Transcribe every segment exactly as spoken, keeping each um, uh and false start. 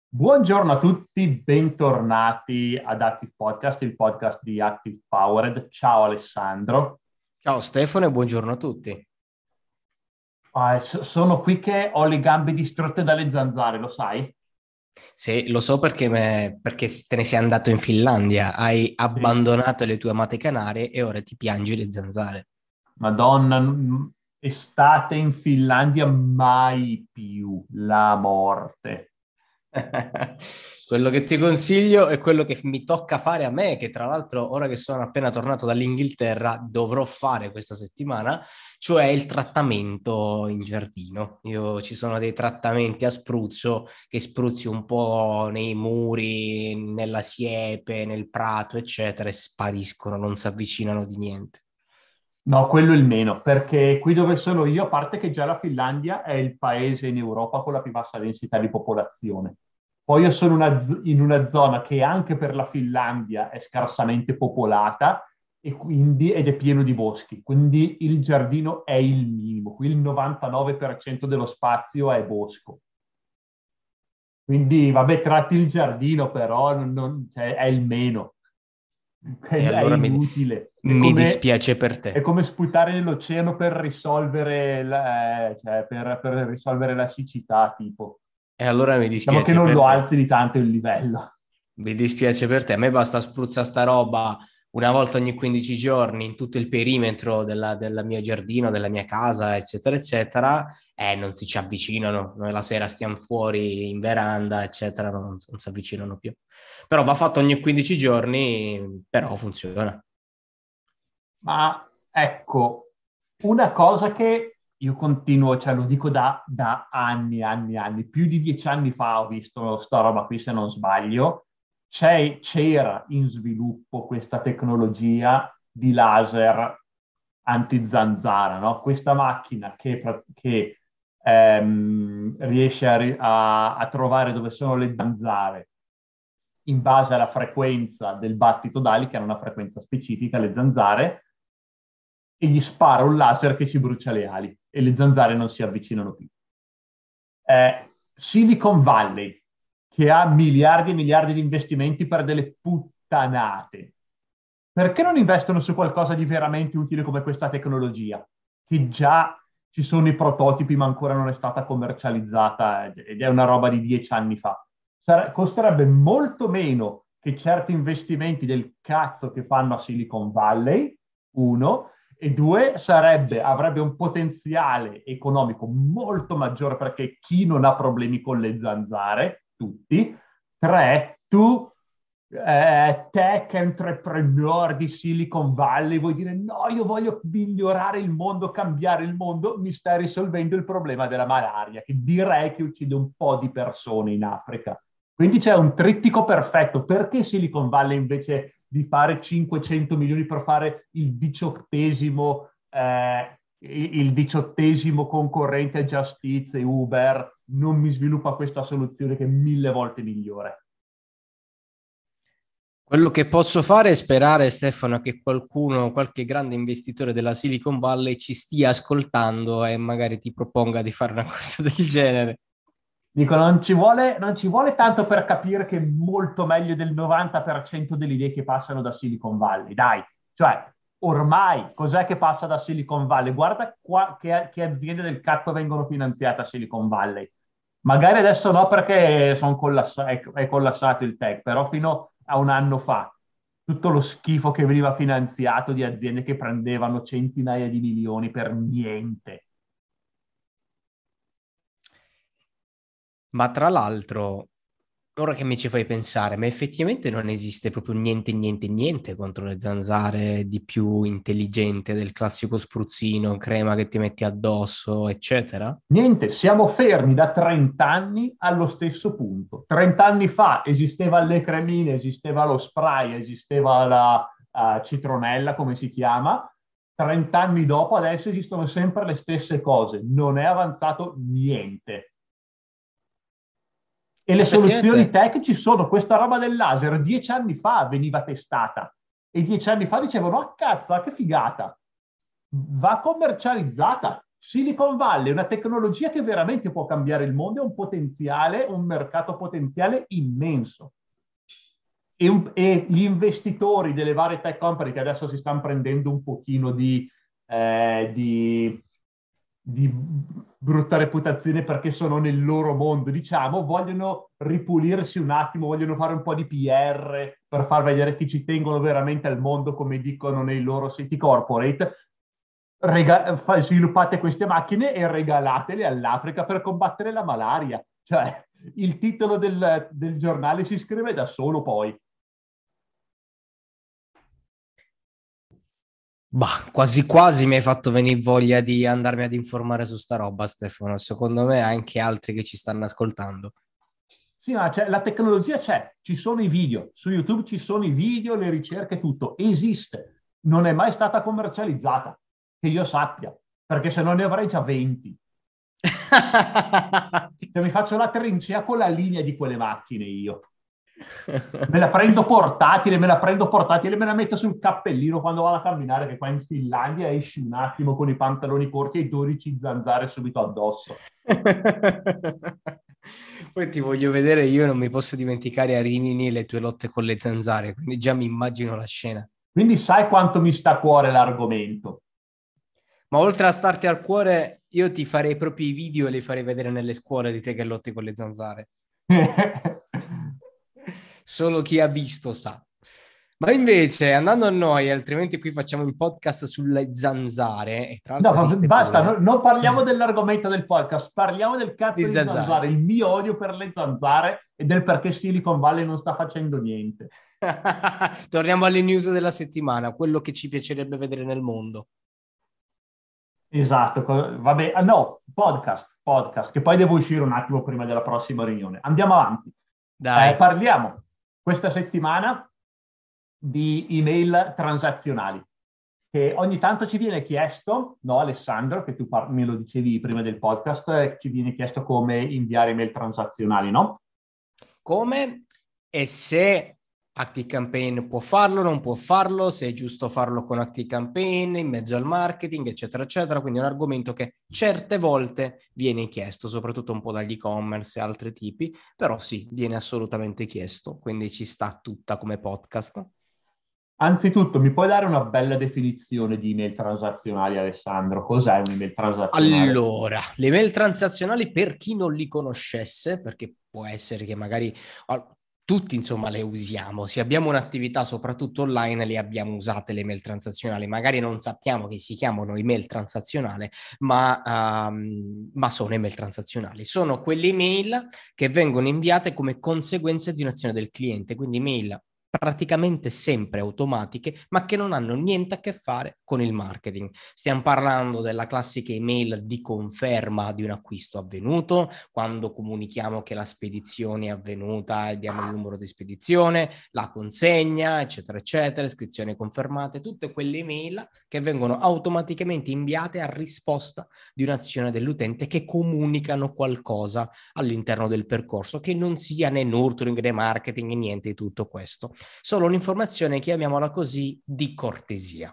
Buongiorno a tutti, bentornati ad Active Podcast, il podcast di Active Powered. Ciao Alessandro. Ciao Stefano e buongiorno a tutti. Ah, so- sono qui che ho le gambe distrutte dalle zanzare, lo sai? Sì, lo so perché, me- perché te ne sei andato in Finlandia, hai Sì. abbandonato le tue amate Canarie e ora ti piangi le zanzare. Madonna, n- estate in Finlandia mai più, la morte. Quello che ti consiglio è quello che mi tocca fare a me, che tra l'altro ora che sono appena tornato dall'Inghilterra dovrò fare questa settimana, cioè il trattamento in giardino. Io ci sono dei trattamenti a spruzzo che spruzzi un po' nei muri, nella siepe, nel prato, eccetera, e spariscono, non si avvicinano di niente. No, quello è il meno, perché qui dove sono io, a parte che già la Finlandia è il paese in Europa con la più bassa densità di popolazione. Poi io sono una z- in una zona che anche per la Finlandia è scarsamente popolata e quindi, ed è pieno di boschi, quindi il giardino è il minimo. Qui il novantanove per cento dello spazio è bosco. Quindi, vabbè, tratti il giardino, però non- non- cioè, è il meno. È, E è allora mi, inutile. È mi come, dispiace per è te. come sputare nell'oceano per risolvere la, eh, cioè, per, per risolvere la siccità, tipo. E allora mi Diciamo che dispiace non lo per te. alzi di tanto il livello. Mi dispiace per te, a me basta spruzzare sta roba una volta ogni quindici giorni in tutto il perimetro della, del mio giardino, della mia casa, eccetera, eccetera, e non si ci avvicinano. Noi la sera stiamo fuori in veranda, eccetera, non, non si avvicinano più. Però va fatto ogni quindici giorni, però funziona. Ma ecco, una cosa che io continuo, cioè lo dico da, da anni, anni, anni, più di dieci anni fa ho visto sta roba qui, se non sbaglio, c'è- c'era in sviluppo questa tecnologia di laser anti-zanzara, no? Questa macchina che, pra- che, ehm, riesce a, ri- a a trovare dove sono le zanzare in base alla frequenza del battito d'ali, che hanno una frequenza specifica, le zanzare, e gli spara un laser che ci brucia le ali e le zanzare non si avvicinano più. Eh, Silicon Valley, che ha miliardi e miliardi di investimenti per delle puttanate, perché non investono su qualcosa di veramente utile come questa tecnologia? Che già ci sono i prototipi, ma ancora non è stata commercializzata ed è una roba di dieci anni fa. Sare- costerebbe molto meno che certi investimenti del cazzo che fanno a Silicon Valley, uno, e due, sarebbe, avrebbe un potenziale economico molto maggiore perché chi non ha problemi con le zanzare, tutti, tre, tu eh, tech entrepreneur di Silicon Valley, vuoi dire no, io voglio migliorare il mondo, cambiare il mondo, mi stai risolvendo il problema della malaria, che direi che uccide un po' di persone in Africa. Quindi c'è un trittico perfetto. Perché Silicon Valley invece di fare cinquecento milioni per fare il diciottesimo, eh, il diciottesimo concorrente a Just Eats e Uber, non mi sviluppa questa soluzione che è mille volte migliore? Quello che posso fare è sperare, Stefano, che qualcuno, qualche grande investitore della Silicon Valley ci stia ascoltando e magari ti proponga di fare una cosa del genere. Dico, non ci vuole, non ci vuole tanto per capire che è molto meglio del novanta per cento delle idee che passano da Silicon Valley, dai. Cioè, ormai, cos'è che passa da Silicon Valley? Guarda qua che, che aziende del cazzo vengono finanziate a Silicon Valley. Magari adesso no perché son collassa- è, è collassato il tech, però fino a un anno fa tutto lo schifo che veniva finanziato di aziende che prendevano centinaia di milioni per niente. Ma tra l'altro, ora che mi ci fai pensare, ma effettivamente non esiste proprio niente, niente, niente contro le zanzare di più intelligente del classico spruzzino, crema che ti metti addosso, eccetera? Niente, siamo fermi da trenta anni allo stesso punto. trenta anni fa esisteva le cremine, esisteva lo spray, esisteva la uh, citronella, come si chiama. trenta anni dopo adesso esistono sempre le stesse cose. Non è avanzato niente. E le soluzioni Effettivamente, tech ci sono. Questa roba del laser dieci anni fa veniva testata. E dieci anni fa dicevano, ah cazzo, ah, che figata. Va commercializzata. Silicon Valley è una tecnologia che veramente può cambiare il mondo, è un potenziale, un mercato potenziale immenso. E, un, e gli investitori delle varie tech company che adesso si stanno prendendo un pochino di, eh, di, di brutta reputazione perché sono nel loro mondo, diciamo, vogliono ripulirsi un attimo, vogliono fare un po' di P R per far vedere che ci tengono veramente al mondo, come dicono nei loro siti corporate. Rega- sviluppate queste macchine e regalatele all'Africa per combattere la malaria. Cioè, il titolo del, del giornale si scrive da solo poi. Bah, quasi quasi mi hai fatto venire voglia di andarmi ad informare su sta roba, Stefano. Secondo me anche altri che ci stanno ascoltando. Sì, ma c'è, la tecnologia c'è, ci sono i video, su YouTube ci sono i video, le ricerche, tutto. Esiste, non è mai stata commercializzata, che io sappia, perché se no ne avrei già venti. Se mi faccio la trincea con la linea di quelle macchine io. Me la prendo portatile, me la prendo portatile, me la metto sul cappellino quando vado a camminare, che qua in Finlandia esci un attimo con i pantaloni corti e dodici zanzare subito addosso. Poi ti voglio vedere, io non mi posso dimenticare a Rimini le tue lotte con le zanzare, quindi già mi immagino la scena. Quindi sai quanto mi sta a cuore l'argomento. Ma oltre a starti al cuore, io ti farei proprio i video e li farei vedere nelle scuole di te che lotti con le zanzare. Solo chi ha visto sa. Ma invece, andando a noi, altrimenti qui facciamo il podcast sulle zanzare, e tra No, l'altro esiste basta, pure, no, non parliamo dell'argomento del podcast, parliamo del di cazzo di zanzare, zanzare. il mio odio per le zanzare e del perché Silicon Valley non sta facendo niente. Torniamo alle news della settimana, quello che ci piacerebbe vedere nel mondo. Esatto, vabbè, ah, no, podcast, podcast, che poi devo uscire un attimo prima della prossima riunione. Andiamo avanti. Eh, Dai. parliamo questa settimana di email transazionali, che ogni tanto ci viene chiesto, no Alessandro, che tu par- me lo dicevi prima del podcast, eh, ci viene chiesto come inviare email transazionali, no? Come e se ActiveCampaign può farlo, non può farlo, se è giusto farlo con ActiveCampaign in mezzo al marketing, eccetera, eccetera. Quindi è un argomento che certe volte viene chiesto, soprattutto un po' dagli e-commerce e altri tipi, però sì, viene assolutamente chiesto, quindi ci sta tutta come podcast. Anzitutto, mi puoi dare una bella definizione di email transazionali, Alessandro? Cos'è un'email transazionale? Allora, le email transazionali per chi non li conoscesse, perché può essere che magari tutti insomma le usiamo, se abbiamo un'attività soprattutto online le abbiamo usate le email transazionali, magari non sappiamo che si chiamano email transazionale, ma, um, ma sono email transazionali, sono quelle email che vengono inviate come conseguenza di un'azione del cliente, quindi email praticamente sempre automatiche, ma che non hanno niente a che fare con il marketing. Stiamo parlando della classica email di conferma di un acquisto avvenuto, quando comunichiamo che la spedizione è avvenuta e diamo il numero di spedizione, la consegna, eccetera, eccetera, iscrizioni confermate, tutte quelle email che vengono automaticamente inviate a risposta di un'azione dell'utente che comunicano qualcosa all'interno del percorso, che non sia né nurturing né marketing, niente di tutto questo. Solo un'informazione, chiamiamola così, di cortesia.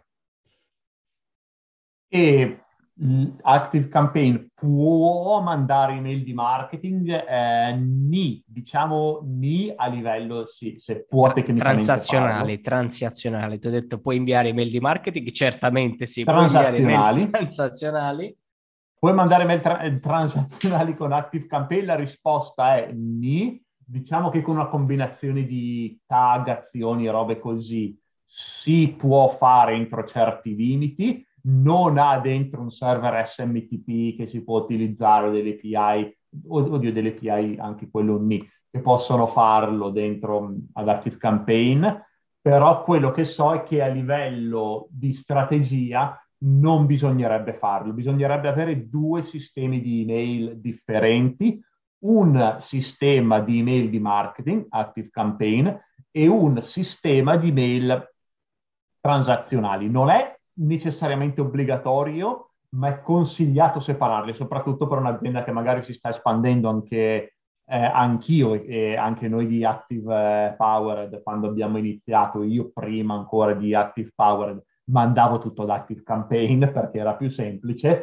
E ActiveCampaign può mandare email di marketing? Eh, ni, diciamo ni a livello, sì, se può Tra- tecnicamente transazionali, farlo. transazionali. Ti ho detto, puoi inviare email di marketing? Certamente sì, puoi inviare email Transazionali. transazionali. Puoi mandare mail tra- transazionali con ActiveCampaign? La risposta è ni. Diciamo che con una combinazione di tag, azioni e robe così si può fare entro certi limiti. Non ha dentro un server S M T P che si può utilizzare o delle A P I, oddio, delle A P I anche quello ni, che possono farlo dentro ad ActiveCampaign. Però quello che so è che a livello di strategia non bisognerebbe farlo, bisognerebbe avere due sistemi di email differenti, un sistema di email di marketing, ActiveCampaign, e un sistema di email transazionali. Non è necessariamente obbligatorio, ma è consigliato separarli, soprattutto per un'azienda che magari si sta espandendo anche eh, anch'io e anche noi di Active Powered, quando abbiamo iniziato, io prima ancora di Active Powered, mandavo tutto ad ActiveCampaign perché era più semplice.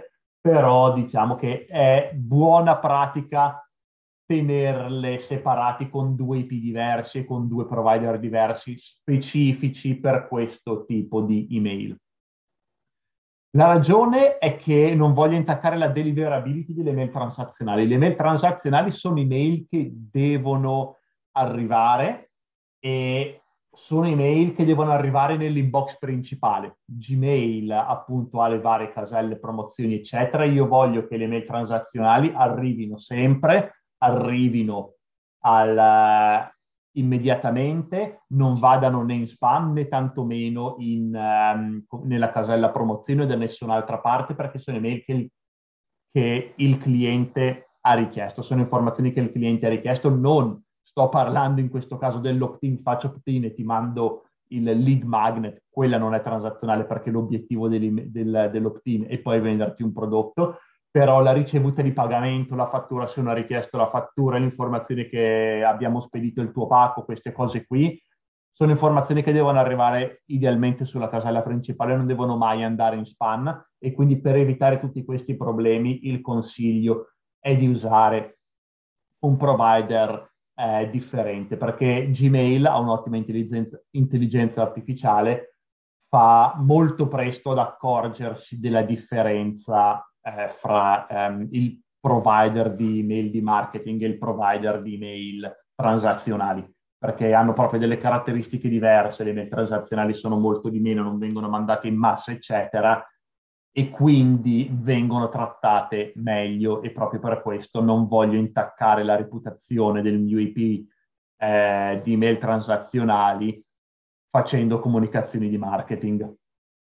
però diciamo che è buona pratica tenerle separati con due I P diversi e con due provider diversi specifici per questo tipo di email. La ragione è che non voglio intaccare la deliverability delle mail transazionali. Le mail transazionali sono email che devono arrivare e sono email che devono arrivare nell'inbox principale. Gmail appunto ha le varie caselle, promozioni, eccetera. Io voglio che le mail transazionali arrivino sempre, arrivino al, immediatamente, non vadano né in spam né tantomeno in, um, nella casella promozione o da nessun'altra parte, perché sono email che il, che il cliente ha richiesto, sono informazioni che il cliente ha richiesto. Non sto parlando in questo caso dell'opt-in, faccio opt-in e ti mando il lead magnet, quella non è transazionale perché l'obiettivo del, dell'opt-in è poi venderti un prodotto. Però la ricevuta di pagamento, la fattura, se uno ha richiesto la fattura, l'informazione che abbiamo spedito il tuo pacco, queste cose qui, sono informazioni che devono arrivare idealmente sulla casella principale, non devono mai andare in spam, e quindi per evitare tutti questi problemi il consiglio è di usare un provider eh, differente, perché Gmail ha un'ottima intelligenza, intelligenza artificiale, fa molto presto ad accorgersi della differenza eh, fra ehm, il provider di email di marketing e il provider di email transazionali, perché hanno proprio delle caratteristiche diverse. Le email transazionali sono molto di meno, non vengono mandate in massa, eccetera, e quindi vengono trattate meglio, e proprio per questo non voglio intaccare la reputazione del mio I P eh, di email transazionali facendo comunicazioni di marketing.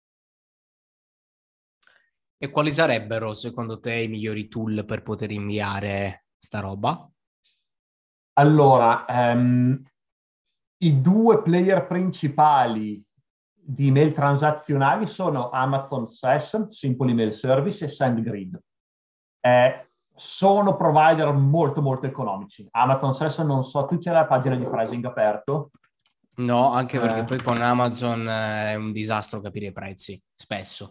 E quali sarebbero, secondo te, i migliori tool per poter inviare sta roba? Allora, ehm, i due player principali di email transazionali sono Amazon S E S, Simple Email Service, e SendGrid. Eh, sono provider molto molto economici. Amazon S E S, non so, tu c'è la pagina di pricing aperto? No, anche perché Eh, poi con Amazon eh, è un disastro capire i prezzi, spesso.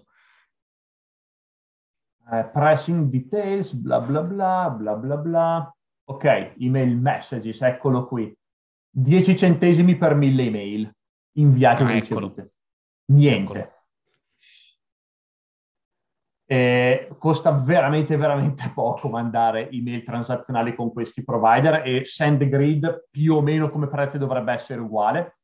eh, pricing details, bla bla bla, bla bla bla. Ok, email messages, eccolo qui. dieci centesimi per mille email inviate o Ah, eccolo, ricevute. eccolo. Niente. Eh, costa veramente, veramente poco mandare email transazionali con questi provider, e SendGrid più o meno come prezzo dovrebbe essere uguale.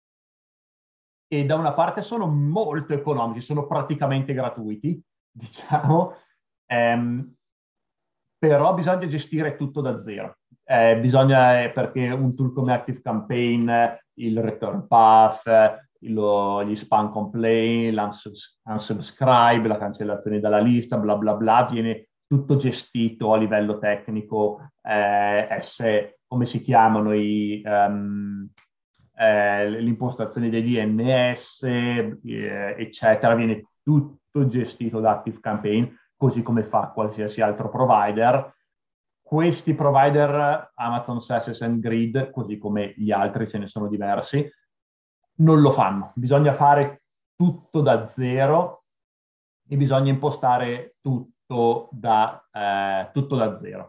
E da una parte sono molto economici, sono praticamente gratuiti, diciamo, ehm, però bisogna gestire tutto da zero. Eh, bisogna, eh, perché un tool come ActiveCampaign, il return path, lo, gli spam complaint, l'unsubscribe, la cancellazione dalla lista, bla bla bla, viene tutto gestito a livello tecnico, eh, S, come si chiamano i... Um, eh, l'impostazione dei D N S, eh, eccetera, viene tutto gestito da ActiveCampaign, così come fa qualsiasi altro provider. Questi provider, Amazon S E S e SendGrid, così come gli altri, ce ne sono diversi, non lo fanno. Bisogna fare tutto da zero e bisogna impostare tutto da, eh, tutto da zero.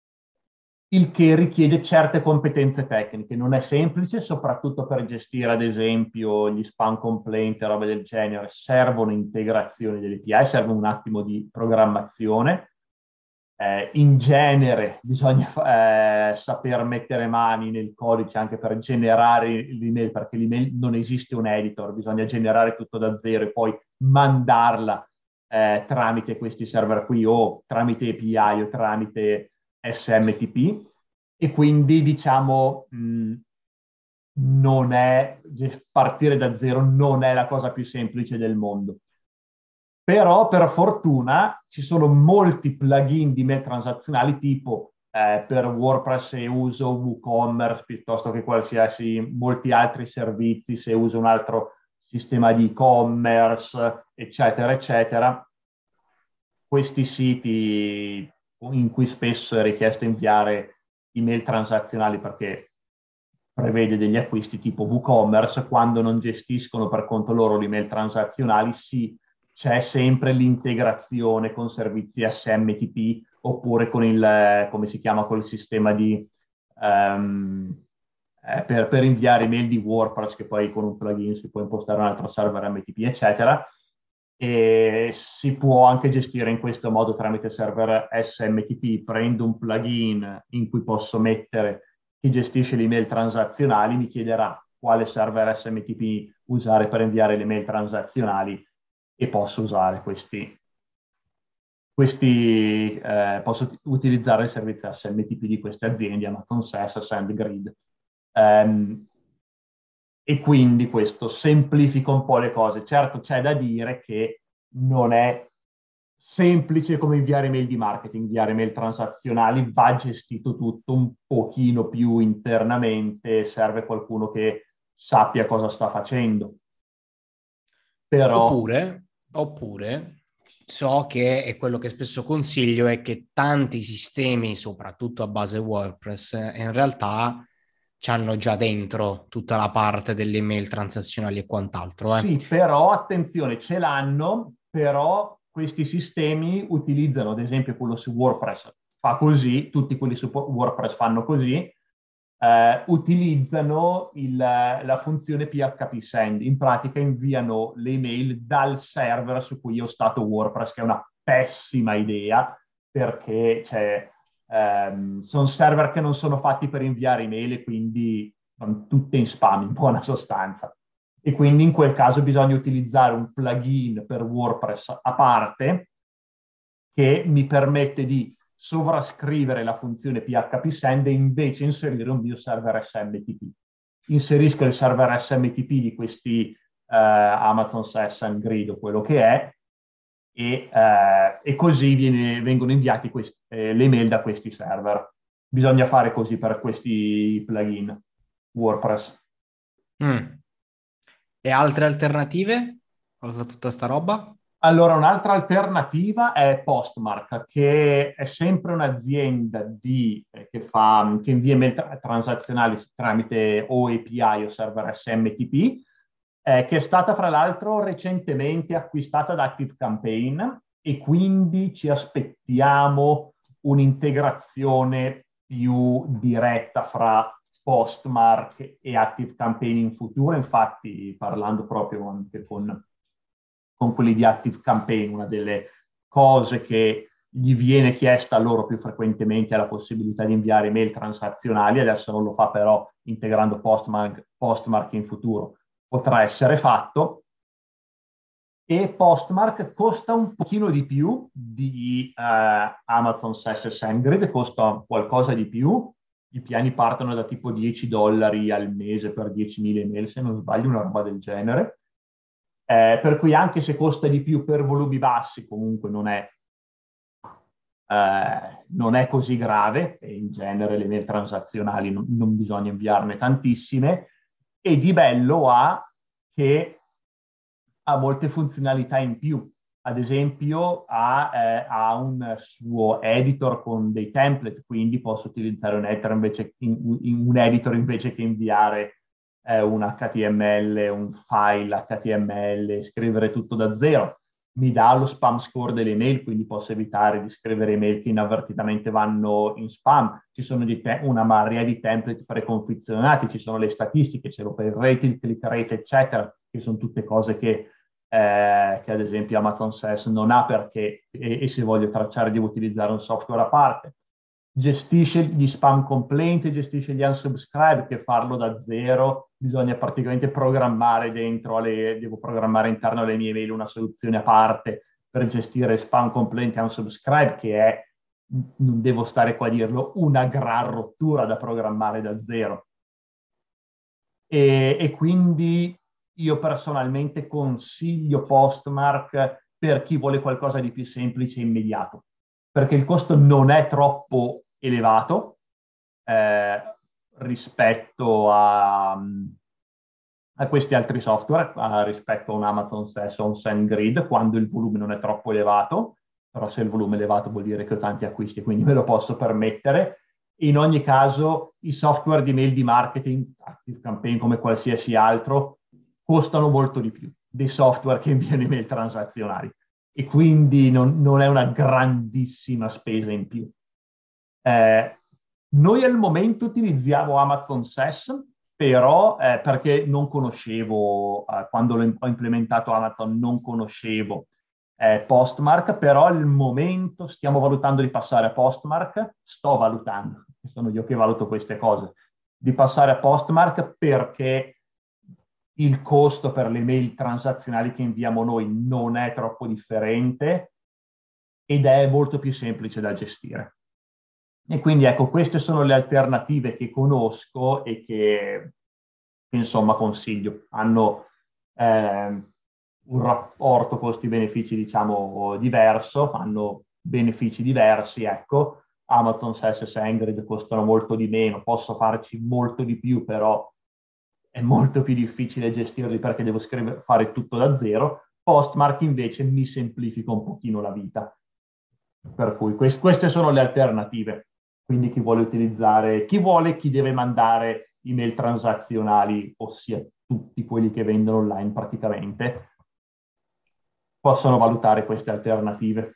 Il che richiede certe competenze tecniche. Non è semplice, soprattutto per gestire, ad esempio, gli spam complaint e robe del genere. Servono integrazioni delle A P I, serve un attimo di programmazione. Eh, in genere bisogna eh, saper mettere mani nel codice anche per generare l'email, perché l'email non esiste un editor, bisogna generare tutto da zero e poi mandarla eh, tramite questi server qui, o tramite A P I o tramite S M T P. E quindi diciamo mh, non è partire da zero, non è la cosa più semplice del mondo. Però per fortuna ci sono molti plugin di mail transazionali, tipo eh, per WordPress se uso WooCommerce piuttosto che qualsiasi, molti altri servizi se uso un altro sistema di e-commerce, eccetera, eccetera. Questi siti in cui spesso è richiesto inviare email transazionali perché prevede degli acquisti tipo WooCommerce, quando non gestiscono per conto loro le email transazionali, si c'è sempre l'integrazione con servizi S M T P oppure con il, come si chiama, quel sistema di, um, eh, per, per inviare email di WordPress, che poi con un plugin si può impostare un altro server M T P, eccetera. E si può anche gestire in questo modo tramite server S M T P. Prendo un plugin in cui posso mettere chi gestisce le email transazionali, mi chiederà quale server S M T P usare per inviare le email transazionali e posso usare questi, questi eh, posso t- utilizzare il servizio S M T P di queste aziende, Amazon S E S, SendGrid. Um, e quindi questo semplifica un po' le cose. Certo, c'è da dire che non è semplice come inviare mail di marketing, inviare mail transazionali, va gestito tutto un pochino più internamente, serve qualcuno che sappia cosa sta facendo. Però... Oppure, oppure so che, è quello che spesso consiglio, è che tanti sistemi, soprattutto a base WordPress, in realtà c'hanno già dentro tutta la parte delle email transazionali e quant'altro. Eh. Sì, però attenzione, ce l'hanno, però questi sistemi utilizzano, ad esempio quello su WordPress fa così, tutti quelli su WordPress fanno così, eh, utilizzano il, la funzione P H P Send. In pratica inviano le email dal server su cui ho stato WordPress, che è una pessima idea, perché cioè, ehm, sono server che non sono fatti per inviare email e quindi vanno tutte in spam, in buona sostanza. E quindi in quel caso bisogna utilizzare un plugin per WordPress a parte che mi permette di sovrascrivere la funzione P H P Send e invece inserire un mio server S M T P. Inserisco il server S M T P di questi eh, Amazon S E S, SendGrid o quello che è, e, eh, e così viene, vengono inviati questi, eh, le mail da questi server. Bisogna fare così per questi plugin WordPress. Mm. E altre alternative? Cosa tutta sta roba? Allora, un'altra alternativa è Postmark, che è sempre un'azienda di, eh, che, fa, che invia mail tra- transazionali tramite o A P I o server S M T P, eh, che è stata fra l'altro recentemente acquistata da ActiveCampaign e quindi ci aspettiamo un'integrazione più diretta fra Postmark e ActiveCampaign in futuro. Infatti, parlando proprio anche con con quelli di ActiveCampaign, una delle cose che gli viene chiesta a loro più frequentemente è la possibilità di inviare email transazionali, adesso non lo fa però integrando Postmark, Postmark in futuro, potrà essere fatto, e Postmark costa un pochino di più di eh, Amazon S E S e SendGrid, costa qualcosa di più, i piani partono da tipo dieci dollari al mese per diecimila email, se non sbaglio, una roba del genere. Eh, per cui anche se costa di più per volumi bassi, comunque non è, eh, non è così grave, e in genere le mail transazionali non, non bisogna inviarne tantissime, e di bello ha che ha molte funzionalità in più. Ad esempio ha, eh, ha un suo editor con dei template, quindi posso utilizzare un editor invece, in, in, un editor invece che inviare eh, un H T M L, un file H T M L, scrivere tutto da zero. Mi dà lo spam score delle email, quindi posso evitare di scrivere email che inavvertitamente vanno in spam. Ci sono di te- una marea di template preconfezionati, ci sono le statistiche, c'è l'open rate, il click rate, eccetera, che sono tutte cose che Eh, che ad esempio Amazon S E S non ha, perché, e, e se voglio tracciare devo utilizzare un software a parte. Gestisce gli spam complaint, gestisce gli unsubscribe, che farlo da zero bisogna praticamente programmare dentro, alle, devo programmare interno alle mie mail una soluzione a parte per gestire spam complaint e unsubscribe, che è, non devo stare qua a dirlo, una gran rottura da programmare da zero. E, e quindi io personalmente consiglio Postmark per chi vuole qualcosa di più semplice e immediato, perché il costo non è troppo elevato eh, rispetto a, a questi altri software, a, rispetto a un Amazon S E S o un SendGrid, quando il volume non è troppo elevato. Però se il volume è elevato vuol dire che ho tanti acquisti, quindi me lo posso permettere. In ogni caso, i software di mail di marketing, ActiveCampaign come qualsiasi altro, costano molto di più. dei software che inviano email transazionali e quindi non, non è una grandissima spesa in più. Eh, noi al momento utilizziamo Amazon S E S, però eh, perché non conoscevo, eh, quando l'ho, ho implementato Amazon non conoscevo eh, Postmark, però al momento stiamo valutando di passare a Postmark, sto valutando, sono io che valuto queste cose, di passare a Postmark perché il costo per le mail transazionali che inviamo noi non è troppo differente ed è molto più semplice da gestire. E quindi ecco, queste sono le alternative che conosco e che insomma consiglio. Hanno eh, un rapporto costi-benefici diciamo diverso, hanno benefici diversi, ecco. Amazon S E S e SendGrid costano molto di meno, posso farci molto di più, però è molto più difficile gestirli perché devo scrivere, fare tutto da zero. Postmark invece mi semplifica un pochino la vita. Per cui quest- queste sono le alternative. Quindi chi vuole utilizzare, chi vuole, chi deve mandare email transazionali, ossia tutti quelli che vendono online praticamente, possono valutare queste alternative.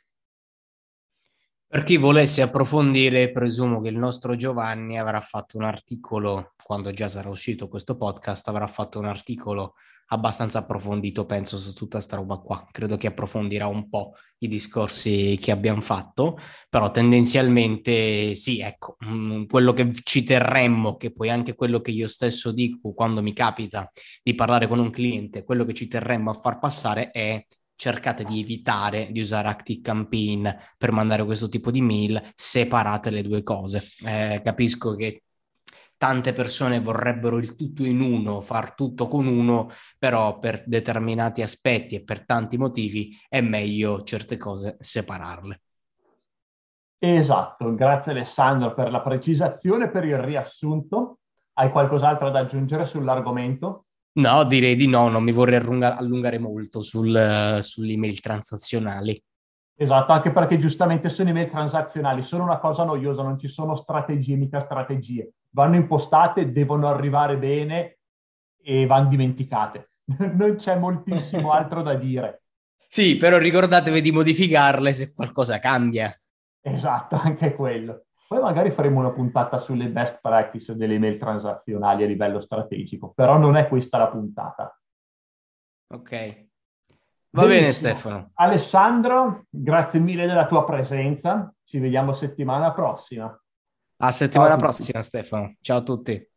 Per chi volesse approfondire, presumo che il nostro Giovanni avrà fatto un articolo, quando già sarà uscito questo podcast, avrà fatto un articolo abbastanza approfondito, penso, su tutta sta roba qua. Credo che approfondirà un po' i discorsi che abbiamo fatto, però tendenzialmente sì, ecco, mh, quello che ci terremmo, che poi anche quello che io stesso dico quando mi capita di parlare con un cliente, quello che ci terremmo a far passare è: cercate di evitare di usare ActiveCampaign per mandare questo tipo di mail, separate le due cose. Eh, capisco che tante persone vorrebbero il tutto in uno, far tutto con uno, però per determinati aspetti e per tanti motivi è meglio certe cose separarle. Esatto, grazie Alessandro per la precisazione, per il riassunto. Hai qualcos'altro da aggiungere sull'argomento? No, direi di no, non mi vorrei allunga- allungare molto sul, sulle email transazionali. Esatto, anche perché giustamente sono email transazionali, sono una cosa noiosa, non ci sono strategie, mica strategie. Vanno impostate, devono arrivare bene e vanno dimenticate. Non c'è moltissimo altro da dire. Sì, però ricordatevi di modificarle se qualcosa cambia. Esatto, anche quello. Poi magari faremo una puntata sulle best practice delle email transazionali a livello strategico, però non è questa la puntata. Ok. Va bene, Benissimo. Stefano. Alessandro, grazie mille della tua presenza. Ci vediamo settimana prossima. A Ciao a settimana tutti. prossima, Stefano. Ciao a tutti.